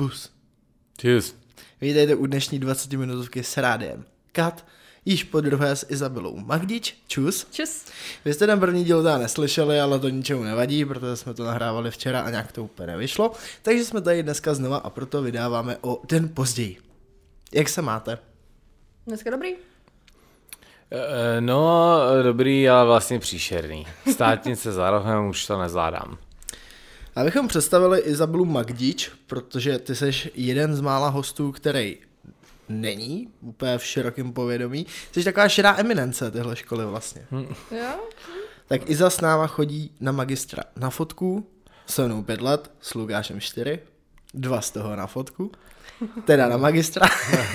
Čus. Čus. Vítejte u dnešní 20 minutovky s Rádiem Kat, již po druhé s Izabelou Magdič. Čus. Čus. Vy jste ten první díl teda neslyšeli, ale to ničemu nevadí, protože jsme to nahrávali včera a nějak to úplně nevyšlo. Takže jsme tady dneska znova a proto vydáváme o den později. Jak se máte? Dneska dobrý. No, dobrý, ale vlastně příšerný. Státnice za rohem už to nezvládám. Abychom představili Izabelu Magdič, protože ty seš jeden z mála hostů, který není úplně v širokém povědomí. Jsi taková širá eminence téhle školy vlastně. Jo? Tak Iza s náma chodí na magistra na fotku, se mnou 5 let, s Lukášem 4, 2 z toho na fotku, teda na magistra.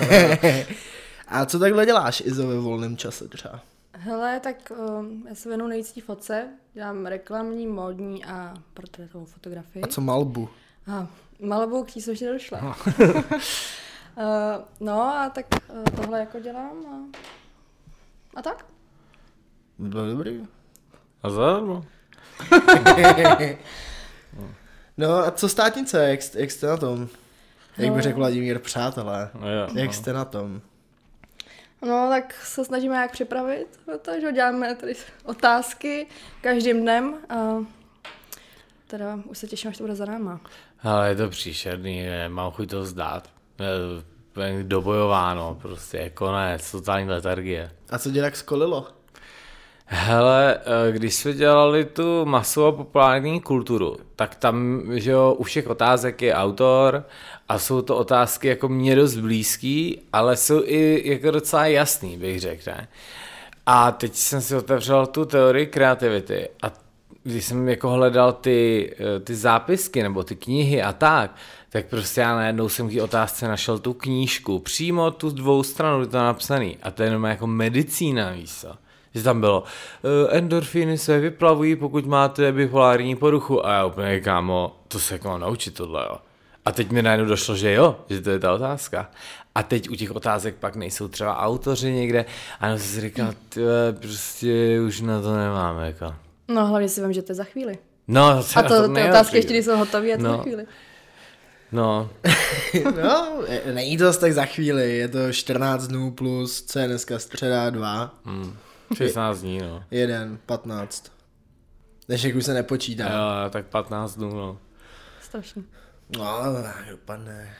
A co takhle děláš, Izo, ve volném čase třeba? Hele, tak já se věnuju nejvíc té fotce, dělám reklamní, módní a portrétovou fotografii. A co malbu? Malibu, k tí jsem ještě nedošla. No a tak tohle jako dělám a tak. Bylo dobrý. A zadarmo. No a co státnice, jak jste na tom? Jak by řekl Vladimír, přátelé, jak jste na tom? No, tak se snažíme jak připravit, takže děláme tady otázky každým dnem a teda už se těším, až to bude za náma. Ale je to příšerný, mám chuť to vzdát. Dobojováno, prostě je konec, totální letargie. A co tě tak skolilo? Hele, když jsme dělali tu masovou populární kulturu, tak tam, že jo, u všech otázek je autor a jsou to otázky jako mě dost blízký, ale jsou i jako docela jasný, bych řekl, ne? A teď jsem si otevřel tu teorii kreativity a když jsem jako hledal ty zápisky nebo ty knihy a tak prostě já najednou jsem k té otázce našel tu knížku, přímo tu dvou stranu, kde to je napsaný a to je jenom jako medicína, víš co? Že tam bylo, endorfiny se vyplavují, pokud máte bipolární poruchu. A já úplně, kámo, to se jako mám naučit tohle, jo. A teď mi najednou došlo, že jo, že to je ta otázka. A teď u těch otázek pak nejsou třeba autoři někde. A já jsem si říkal, prostě už na to nemáme, jako. No hlavně si vím, že to je za chvíli. No, a to ty otázky ještě nejsou hotové, je to za chvíli. No. No, není to zase tak za chvíli, je to 14 dnů plus, co je dneska středa 2. 16 dní, no. 1, 15. Dnešek už se nepočítá. Jo, tak 15 dnů, no. Strašný. No, tak dopadne.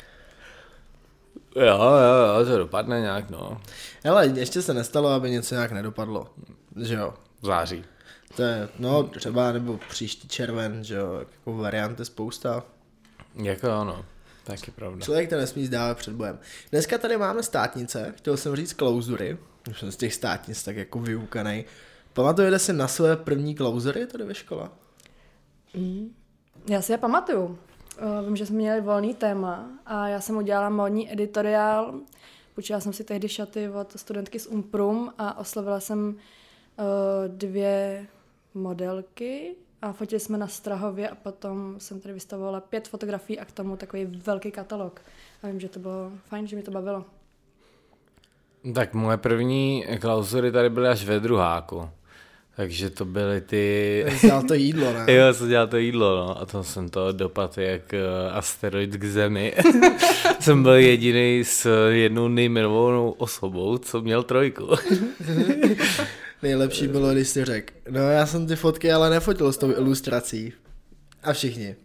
Jo, to dopadne nějak, no. Hele, ještě se nestalo, aby něco nějak nedopadlo, že jo. V září. To je, no třeba, nebo příští červen, že jo, jako varianty spousta. Jako ano, taky pravda. Člověk to nesmí zdávat před bojem. Dneska tady máme státnice, chtěl jsem říct klauzury, už jsem z těch státnic tak jako vyukanej. Pamatujete si na své první klauzury tady ve škole? Já si je pamatuju. Vím, že jsme měli volný téma a já jsem udělala módní editoriál. Počítala jsem si tehdy šaty od studentky z Umprum a oslovila jsem 2 modelky a fotili jsme na Strahově a potom jsem tady vystavovala 5 fotografií a k tomu takový velký katalog. A vím, že to bylo fajn, že mě to bavilo. Tak moje první klauzury tady byly až ve druháku. Takže to byly ty... Dělal to jídlo, ne? Jo, co dělal to jídlo, no. A to jsem to dopadl jak asteroid k zemi. Jsem byl jediný s jednou nejmenovanou osobou, co měl 3. Nejlepší bylo, když jsi řekl, no já jsem ty fotky ale nefotil s tou ilustrací. A všichni.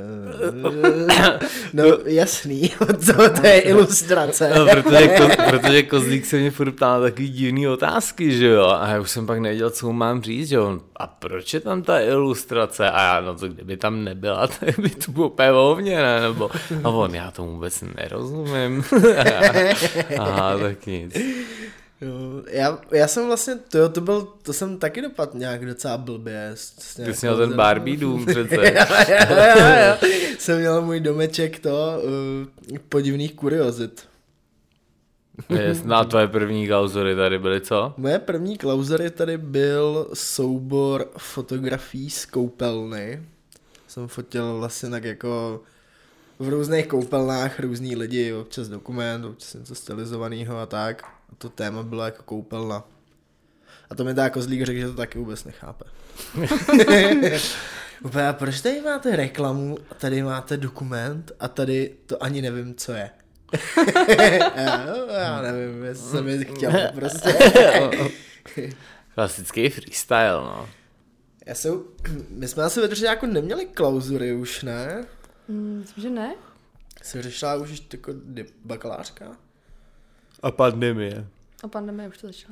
No jasný, co to je ilustrace. No, protože Kozlík se mě furt ptal na takový divný otázky, že jo, a já už jsem pak nevěděl, co mu mám říct, že jo, a proč je tam ta ilustrace, a já, no to kdyby tam nebyla, tak by to bylo pévovně, ne, nebo, a on, já tomu vůbec nerozumím, a tak nic. Jo, já jsem vlastně, to jsem taky dopadl nějak docela blbě. Ty jsi měl ten Barbie dům přece. jo. Jsem měl můj domeček podivných kuriozit. Na tvoje první klauzury tady byly co? Moje první klauzury tady byl soubor fotografií z koupelny. Jsem fotil vlastně tak jako v různých koupelnách různý lidi, občas dokument, občas něco stylizovaného a tak. A to téma bylo jako koupelna. A to mi tá Kozlík řekl, že to taky vůbec nechápe. Úplně, a proč tady máte reklamu, a tady máte dokument a tady to ani nevím, co je. já nevím, jestli jsem mi chtěl prostě. Klasický freestyle, no. My jsme asi vydrželi jako neměli klauzury už, ne? Myslím, že ne. Jsi řešila už jako bakalářka? A pandemie. A pandemie už to začala.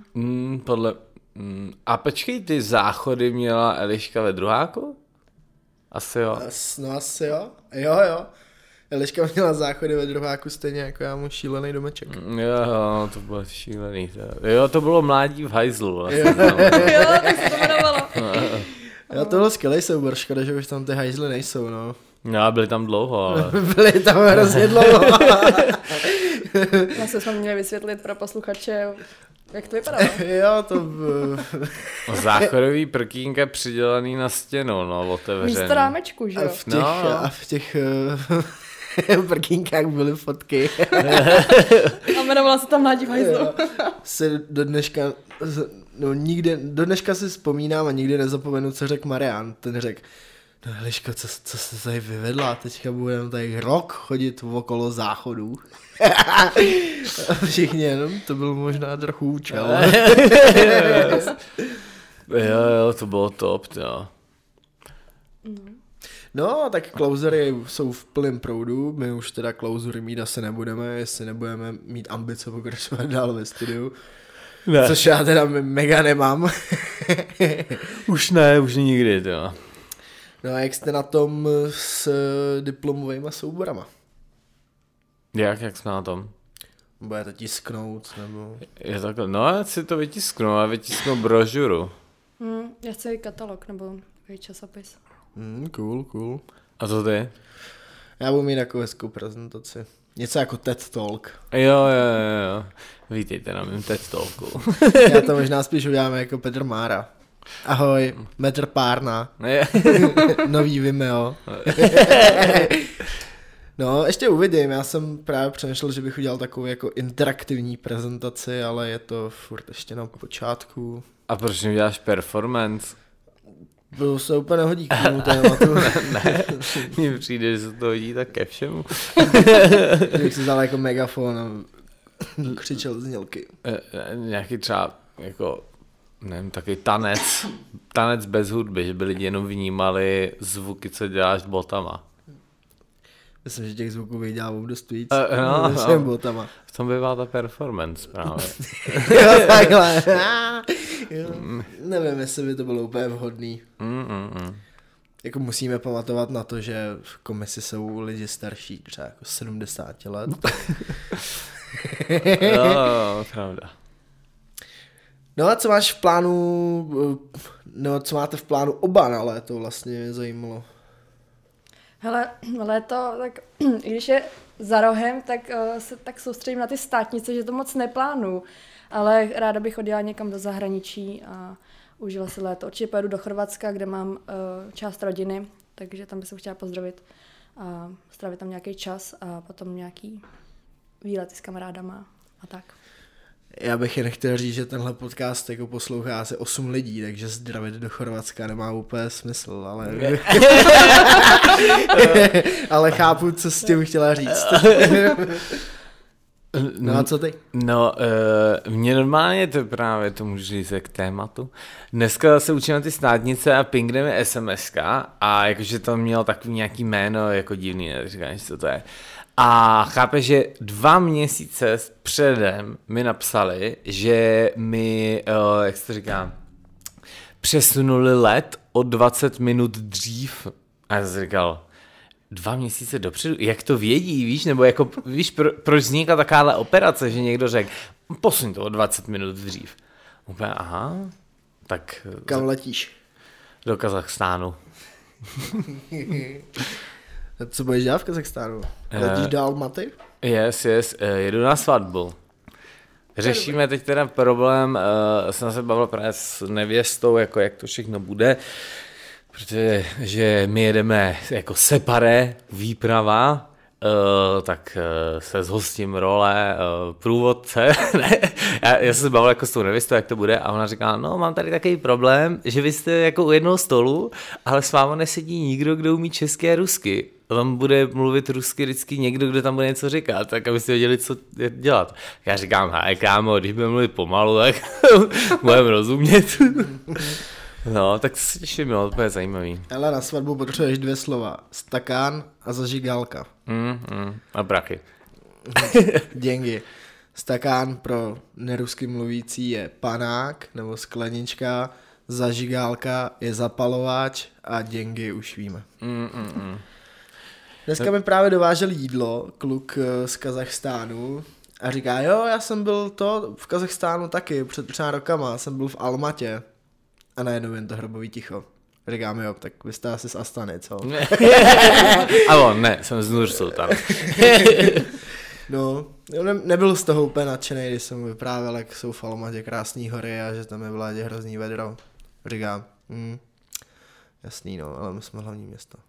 A počkej, ty záchody měla Eliška ve druháku? Asi jo. No asi jo. Jo. Eliška měla záchody ve druháku stejně jako já mu šílený domeček. Jo, to bylo šílený. Jo, to bylo Mládí v hajzlu. Vlastně. Jo, tak se to jmenovalo. Jo, to byl skvělý soubor, škoda, že už tam ty hajzly nejsou, no. No a byli tam dlouho, ale... Byli tam hrozně dlouho. Vlastně jsme měli vysvětlit pro posluchače, jak to vypadá. Jo, to... Záchodový prkínka přidělaný na stěnu, no, otevřený. Místo rámečku, že jo? A v těch prkínkách byly fotky. A jmenovala se tam Mládí v hajzlu. Se do dneška si vzpomínám a nikdy nezapomenu, co řekl Marian. Ten řekl, no Eliško, co jste tady vyvedla? Teďka budeme tady rok chodit okolo záchodů. A všichni jenom, to byl možná trochu účel. Jo, to bylo top, jo. No, tak klauzury jsou v plném proudu, my už teda klauzury mít asi nebudeme, jestli nebudeme mít ambice pokračovat dál ve studiu. Ne. Což já teda mega nemám. Už ne, už nikdy, jo. No a jak jste na tom s diplomovými souborama? Jak jsme na tom? Bude to tisknout, nebo... Je takhle, no já si to vytisknu, a vytisknu brožuru. Já chci katalog, nebo takový časopis. Cool. A to ty? Já budu mít takovou hezkou prezentaci. Něco jako TED Talk. Jo. Vítejte na mým TED Talku. Já to možná spíš uděláme jako Petr Mára. Ahoj, metr párna. Nový Vimeo. No, ještě uvidím, já jsem právě přemýšlel, že bych udělal takovou jako interaktivní prezentaci, ale je to furt ještě na počátku. A proč neuděláš performance? To se úplně nehodí k tomu tématu. Ne, mně přijde, že se to hodí tak ke všemu. Kdybych si vzal jako megafon a křičel znělky. Nějaký třeba jako, nevím, takový tanec bez hudby, že by lidi jenom vnímali zvuky, co děláš botama. Myslím, že těch zvuků bych dělal dost víc. No. Botama. V tom bývá ta performance právě. Jo, takhle. Jo. Nevím, jestli by to bylo úplně vhodný. Jako musíme pamatovat na to, že v komisi jsou lidi starší, třeba jako 70 let. Jo, pravda. No a co máš v plánu, co máte v plánu oba na léto, vlastně mě zajímalo. Hele, léto, tak i když je za rohem, tak se tak soustředím na ty státnice, že to moc neplánuju. Ale ráda bych odjela někam do zahraničí a užila si léto. Určitě pojedu do Chorvatska, kde mám část rodiny, takže tam bych se chtěla pozdravit a strávit tam nějaký čas a potom nějaký výlety s kamarádama a tak. Já bych jen chtěl říct, že tenhle podcast jako poslouchá asi 8 lidí, takže zdravit do Chorvatska nemá úplně smysl, ale... ale chápu, co s tím chtěla říct. No a co ty? No, mě normálně to právě, to můžu říct k tématu. Dneska se učíme ty státnice a pingnem je SMS-ka a jakože to mělo takový nějaký jméno jako divný, ne, říkáš, co to je. A chápe, že 2 měsíce předem mi napsali, že mi, jak se to říká, přesunuli let o 20 minut dřív. A já jsem říkal, 2 měsíce dopředu, jak to vědí, víš, nebo jako, víš, proč vznikla takováhle operace, že někdo řekl, posuň to o 20 minut dřív. Úplně, aha, tak... Kam letíš? Do Kazachstánu. Co budeš dělat v Kazachstánu? Letíš do Almaty? Yes, jedu na svatbu. Řešíme teď teda problém, jsem se bavil právě s nevěstou, jako jak to všechno bude, protože že my jedeme jako separé výprava tak se zhostím role průvodce. Ne, já jsem se bavil jako s tou nevěstou, jak to bude, a ona říká, no mám tady takový problém, že vy jste jako u jednoho stolu, ale s váma nesedí nikdo, kdo umí česky a rusky. Tam bude mluvit rusky vždycky někdo, kdo tam bude něco říkat, tak abyste věděli, co dělat. Já říkám, hej kámo, když budeme mluvit pomalu, tak budeme rozumět. No, tak se těším, jo, to je zajímavý. Ale na svatbu potřebuješ 2 slova. Stakán a zažigálka. A prachy. Děngy. Stakán pro nerusky mluvící je panák nebo sklenička, zažigálka je zapalováč a děngy už víme. Dneska mi právě dovážel jídlo kluk z Kazachstánu a říká, jo, já jsem byl v Kazachstánu taky před 3 rokama, jsem byl v Almatě. A najednou jen to hrobový ticho. Říkám, jo, tak vy jste asi z Astany, co? A on, ne, jsem z Nur-Sultan. No, nebyl z toho úplně nadšený, když jsem mu vyprávěl, jak jsou v Almatě krásný hory a že tam je vládě hrozný vedro. Říkám, jasný, no, ale my jsme hlavní město.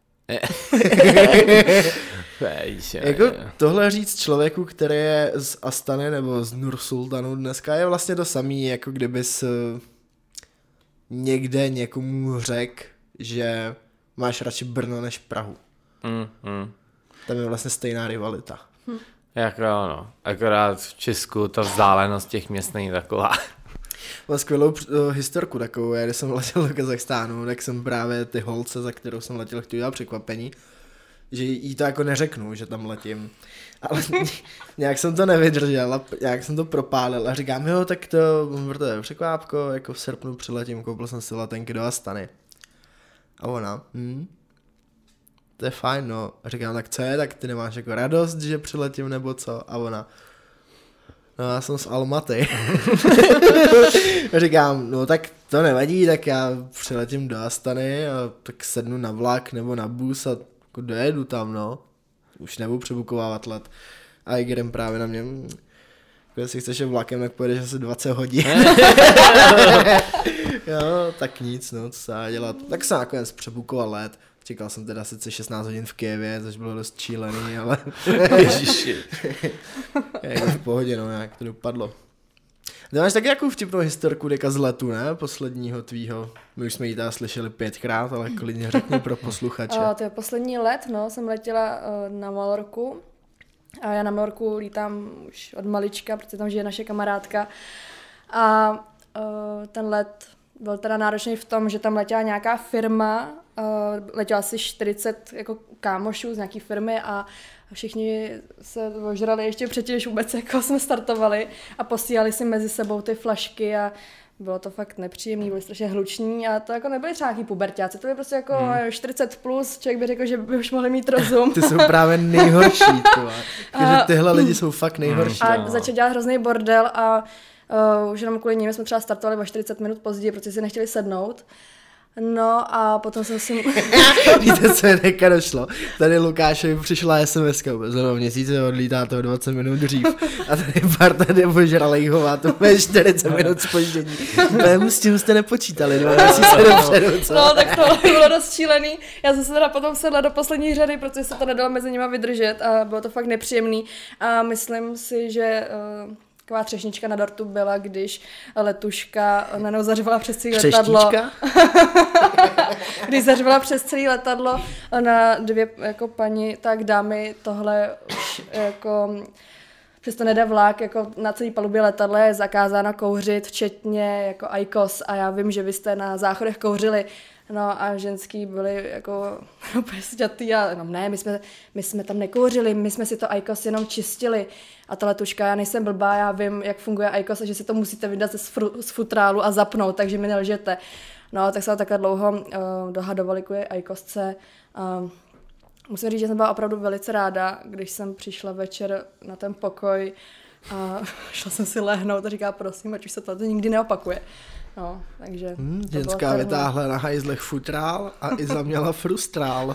Jako tohle říct člověku, který je z Astany nebo z Nur-Sultanu dneska, je vlastně to samý, jako kdybys někde někomu řekl, že máš radši Brno než Prahu. Tam je vlastně stejná rivalita. Jako no, akorát v Česku ta vzdálenost těch měst není taková. Mám skvělou historku takovou, když jsem letěl do Kazachstánu, tak jsem právě ty holce, za kterou jsem letěl, chtěl dělat překvapení, že jí to jako neřeknu, že tam letím. Ale nějak jsem to nevydržel a nějak jsem to propálil a říkám, jo, tak to je překvápko, jako v srpnu přiletím, koupil jsem si letenky do Astany. A ona, to je fajn, no. A říkám, tak co je, tak ty nemáš jako radost, že přiletím nebo co? A ona, no já jsem z Almaty. A říkám, no tak to nevadí, tak já přiletím do Astany a tak sednu na vlak nebo na bus a jako dojedu tam, no. Už nebudu přebukovávat let. A jak jdem právě na mě, jestli chceš vlakem, tak pojedeš asi 20 hodin. Jo, tak nic, no, co se dá dělat. Tak jsem nakonec přebukoval let. Čekal jsem teda sice 16 hodin v Kyjevě, což bylo dost čílený, ale Ježiši. Je v pohodě, no, jak to dopadlo. Ty máš taky jakou vtipnou historku deka z letu, ne? Posledního tvýho. My už jsme ji teda slyšeli 5krát, ale klidně řekni pro posluchače. To je poslední let, no, jsem letěla na Malorku. A já na Malorku lítám už od malička, protože tam žije naše kamarádka. A ten let byl teda náročný v tom, že tam letěla nějaká firma, letěla asi 40 jako kámošů z nějaký firmy a všichni se ožrali ještě předtím, než vůbec jako jsme startovali a posílali si mezi sebou ty flašky a bylo to fakt nepříjemný, byli strašně hluční a to jako nebyli třeba nějaký puberťáci, to by prostě jako 40 plus, člověk by řekl, že by už mohli mít rozum. Ty jsou právě nejhorší, takže tyhle lidi jsou fakt nejhorší. A začal dělat hrozný bordel a už jenom kvůli ním jsme třeba startovali o 40 minut později, protože si nechtěli sednout. No a potom jsem si... Víte, co je teďka došlo? Tady Lukášovi přišla SMS-ka, zrovna měsíce odlítá toho 20 minut dřív. A tady parta nepožralejhová, to bude 40 minut zpoždění. S tím jste nepočítali 2 měsíce dopředu, co? No tak to bylo dost šílený. Já jsem se teda potom sedla do poslední řady, protože se to nedalo mezi nimi vydržet a bylo to fakt nepříjemný. A myslím si, že... Taková třešnička na dortu byla, když letuška na něho zařvala přes celé letadlo. Když zařvala přes celé letadlo na 2 jako paní, tak dámy tohle už jako... Přesto nedá vlak, jako na celé palubě letadla je zakázáno kouřit, včetně jako IQOS a já vím, že vy jste na záchodech kouřili. No a ženský byli jako úplně sťatý a no ne, my jsme tam nekouřili, my jsme si to IQOS jenom čistili. A ta letuška, já nejsem blbá, já vím, jak funguje IQOS a že si to musíte vydat z futrálu a zapnout, takže mi nelžete. No tak jsme takhle dlouho dohadovali kvůli IQOSce. Musím říct, že jsem byla opravdu velice ráda, když jsem přišla večer na ten pokoj a šla jsem si lehnout a říká, prosím, ať už se to nikdy neopakuje. No, takže ženská vytáhla na hajzlech futrál a Iza měla frustrál.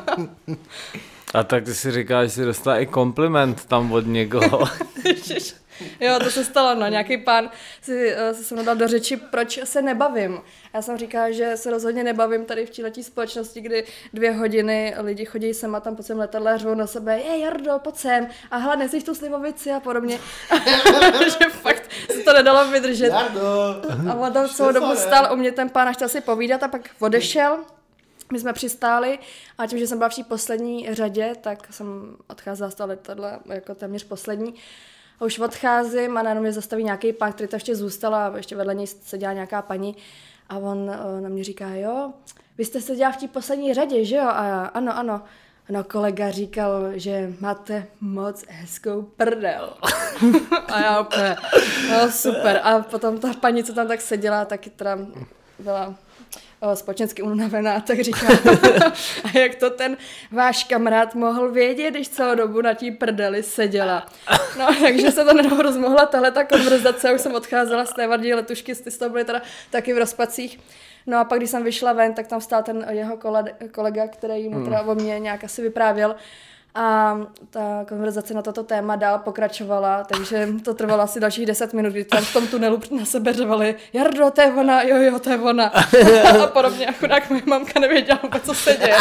A tak ty si říkáš, že jsi dostala i kompliment tam od někoho. Jo, to se stalo, no. Nějaký pán si se mnou dal do řeči, proč se nebavím. Já jsem říkala, že se rozhodně nebavím tady v této společnosti, kdy 2 hodiny lidi chodí sem a tam po celém letadle řvou na sebe, Jardo, pojď sem, a hele, neseš tu slivovici a podobně. Že fakt se to nedalo vydržet. Jardo! A on tam celou dobu stál u mě, ten pán, a chtěl si povídat a pak odešel. My jsme přistáli a tím, že jsem byla v té poslední řadě, tak jsem odcházela z toho letadla jako téměř poslední. A už odcházím a najednou mě zastaví nějaký pán, který tam ještě zůstal a ještě vedle něj seděla nějaká paní. A on na mě říká, jo, vy jste seděla v té poslední řadě, že jo? A já, ano. No, kolega říkal, že máte moc hezkou prdel. A já úplně, no super. A potom ta paní, co tam tak seděla, taky teda byla společensky unavená, tak říká, a jak to ten váš kamarád mohl vědět, když celou dobu na tí prdeli seděla. No, takže se to nedlouho rozmohla tahleta konverzace, už jsem odcházela z té vardí letušky, ty z toho byly teda taky v rozpacích. No a pak, když jsem vyšla ven, tak tam stál ten jeho kolega, který mu teda o mě nějak asi vyprávěl. A ta konverzace na toto téma dál pokračovala, takže to trvalo asi dalších 10 minut, kdy tam v tom tunelu na sebe řvali, Jardo, to je ona, jo, to je ona. A podobně, a chudák moje mamka nevěděla vůbec, co se děje.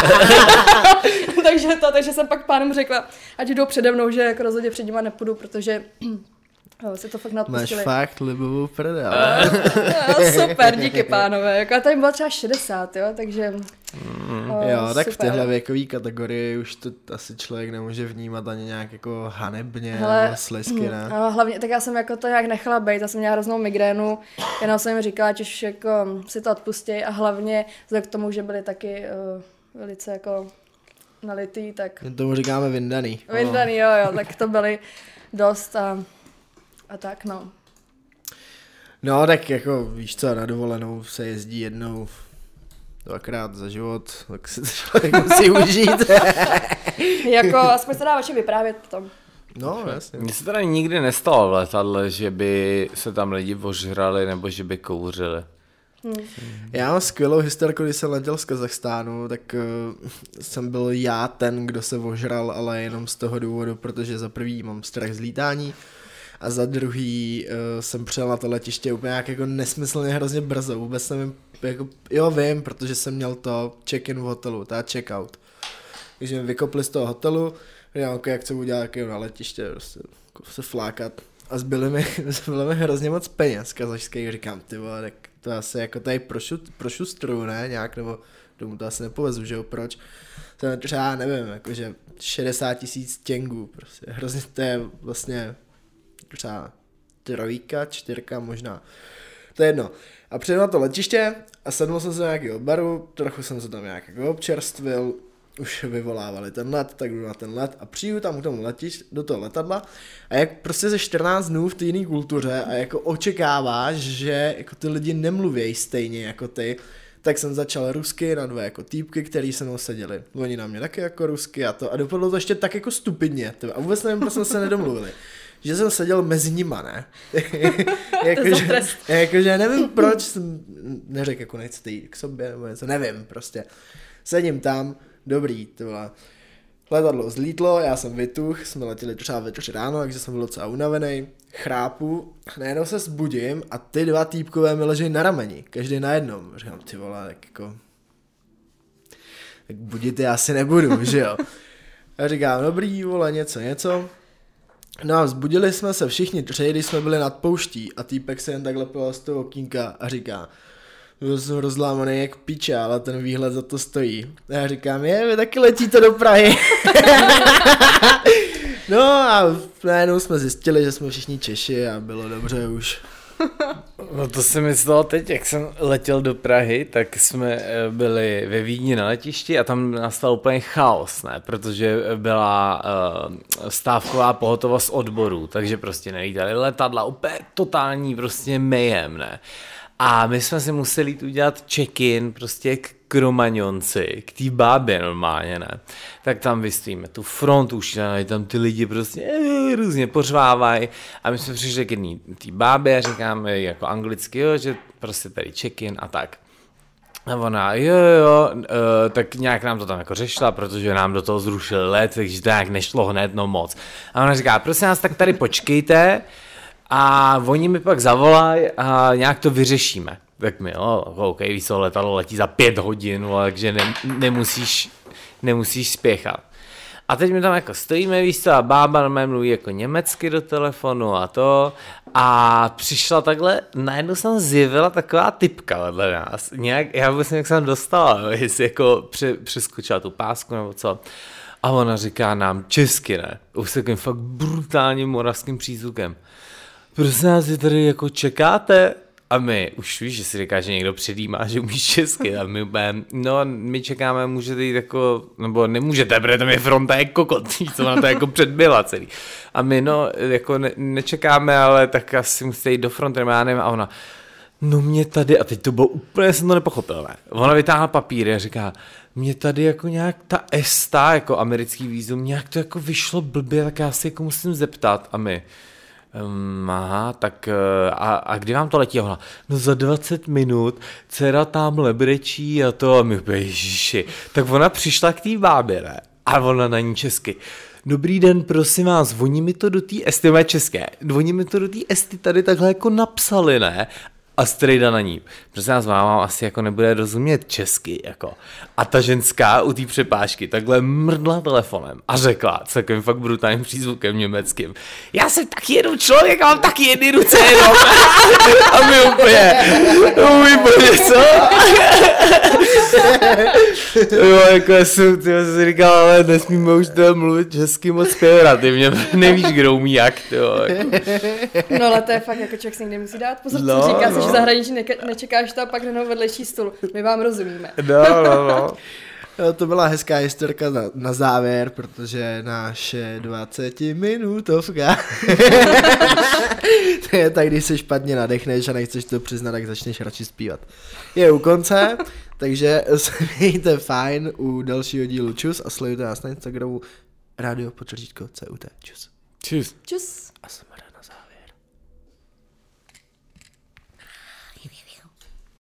takže jsem pak pánům řekla, ať jdou přede mnou, že jako rozhodně před nima nepůjdu, protože si to fakt neodpustili. Máš fakt libovou prdel. Super, díky pánové. Jako, a tady bylo třeba 60, jo, takže... Jo, tak super. v téhle věkové kategorii už to asi člověk nemůže vnímat ani nějak jako hanebně, nebo slizky, ne? No, hlavně, tak já jsem jako to nějak nechala bejt, já jsem měla hroznou migrénu, jenom jsem jim říkala, že už jako si to odpustěj a hlavně k tomu, že byli taky velice jako nalitý, tak... My tomu říkáme vyndaný. Vyndaný, jo, tak to byli dost a tak, no. No, tak jako víš co, na dovolenou se jezdí jednou, 2krát za život, tak si to člověk musí užít. Jako, aspoň se dá vaše vyprávět potom. No, jasně. Mně se teda nikdy nestalo v letadle, že by se tam lidi ožrali nebo že by kouřili. Já mám skvělou historku, když jsem letěl z Kazachstánu, tak jsem byl já ten, kdo se ožral, ale jenom z toho důvodu, protože za prvý mám strach z lítání a za druhý jsem přijel na to letiště úplně nějak jako nesmyslně hrozně brzo, vůbec nevím, jako, jo vím, protože jsem měl to check-in v hotelu, ta check-out. Takže mi vykopli z toho hotelu, říkám, jak chci udělat jako na letiště, prostě jako se flákat. A zbyly mi hrozně moc peněz kazašských, říkám, ty vole, tak to asi jako tady prošustruju, ne, nějak, nebo domů to asi nepovezu, že jo, proč? Jsem třeba, nevím, jakože 60 000 těngů, prostě hrozně, to je vlastně třeba 3, 4 možná, to je jedno. A přijel na to letiště a sednul jsem se do nějakého baru, trochu jsem se tam nějak jako občerstvil, už vyvolávali ten let, tak jdu na ten let a přijdu tam k tomu do toho letadla a jak prostě ze 14 dnů v té jiné kultuře a jako očekáváš, že jako ty lidi nemluvějí stejně jako ty, tak jsem začal rusky na 2 jako týpky, který se mnou seděli. Oni na mě taky jako rusky a to a dopadlo to ještě tak jako stupidně a vůbec nevím, proč jsme se nedomluvili. Že jsem seděl mezi nima, ne? Jakože nevím proč jsem neřekl, jako nechci jít k sobě nebo něco, nevím prostě. Sedím tam, dobrý, to byla. Letadlo zlítlo, já jsem vytuch, jsme letěli třeba ve 3 ráno, takže jsem byl docela unavený, chrápu, najednou se zbudím a ty 2 týpkové mi leží na rameni, každý na jednom. Říkám, ty vole, tak jako... Tak budit já asi nebudu, že jo? A říkám, dobrý, vole, něco. No a vzbudili jsme se všichni 3, když jsme byli nad pouští a týpek se jen takhle pojel z toho okýnka a říká, že jsem rozlámaný jak piča, ale ten výhled za to stojí. A já říkám, vy taky letíte do Prahy. No a najednou jsme zjistili, že jsme všichni Češi a bylo dobře už. No to se mi stalo teď, jak jsem letěl do Prahy, tak jsme byli ve Vídni na letišti a tam nastal úplně chaos, ne? Protože byla stávková pohotovost odborů, takže prostě nelítali letadla, úplně totální prostě mayhem, ne? A my jsme si museli jít udělat check-in prostě k Kromaňonci, k té bábě normálně, ne? Tak tam vystříme tu frontu, už tam ty lidi prostě různě pořvávají a my jsme přišli k jedné té bábě a říkáme jako anglicky, jo, že prostě tady check-in a tak. A ona, jo, tak nějak nám to tam jako řešila, protože nám do toho zrušili let, takže to nějak nešlo hned, no moc. A ona říká, prosím nás, tak tady počkejte, A oni mi pak zavolají a nějak to vyřešíme. Tak mi, OK, víš co, letadlo letí za 5 hodin, takže nemusíš spěchat. A teď my tam jako stojíme, víš co, a bába na mě mluví jako německy do telefonu a to. A přišla takhle, najednou jsem zjevila taková typka vedle nás. Nějak, já vůbec nevím, jak jsem dostala, jestli jako přeskočila tu pásku nebo co. A ona říká nám česky, ne? Už s takovým fakt brutálním moravským přízvukem. Prosím nás, vy tady jako čekáte? A my, už víš, že si říká, že někdo předjímá, že umíš česky. A my úplně, no, my čekáme, můžete jít jako, nebo nemůžete, protože tam je fronta je kokot, co ona to jako předbyla celý. A my, no, jako nečekáme, ale tak asi musíte jít do fronty, nebo já nevím. A ona, no mě tady, a teď to bylo úplně, jsem to nepochopil, ne? Ona vytáhla papíry a říká, mě tady jako nějak ta ESTA, jako americký vízum, nějak to jako vyšlo blbě, tak já si jako musím zeptat. A my, aha, tak a kdy vám to letí? Ona, no za 20 minut, dcera tamhle brečí a to, a my ježiši. Tak ona přišla k té bábě, ne? A ona na ní česky. Dobrý den, prosím vás, voní mi to do té esty, moje české, voní mi to do té esty tady takhle jako napsali, ne? A strejda na ní. Prosím vás, máma asi jako nebude rozumět česky, jako. A ta ženská u té přepážky takhle mrdla telefonem a řekla s takovým fakt brutálním přízvukem německým. Já jsem taky jeden člověk a mám taky jedny ruce jenom. A my úplně, můj bože, co? Jo, jako já jsem si říkal, ale nesmíme už to mluvit česky moc pejorativně, nevíš, kdo umí jak, jo. Jako. No ale to je fakt, jako člověk si někdy musí dát pozor, co říká, jsi v zahraničí, nečekáš to a pak jenom vedlejší stůl. My vám rozumíme. No. To byla hezká historka na závěr, protože naše 20-minutovka. To je tak, když se špatně nadechneš a nechceš to přiznat, tak začneš radši zpívat. Je u konce, takže se mějte fajn u dalšího dílu. Čus a sledujte nás na Instagramu Radio_CUT. Čus. Čus. Čus.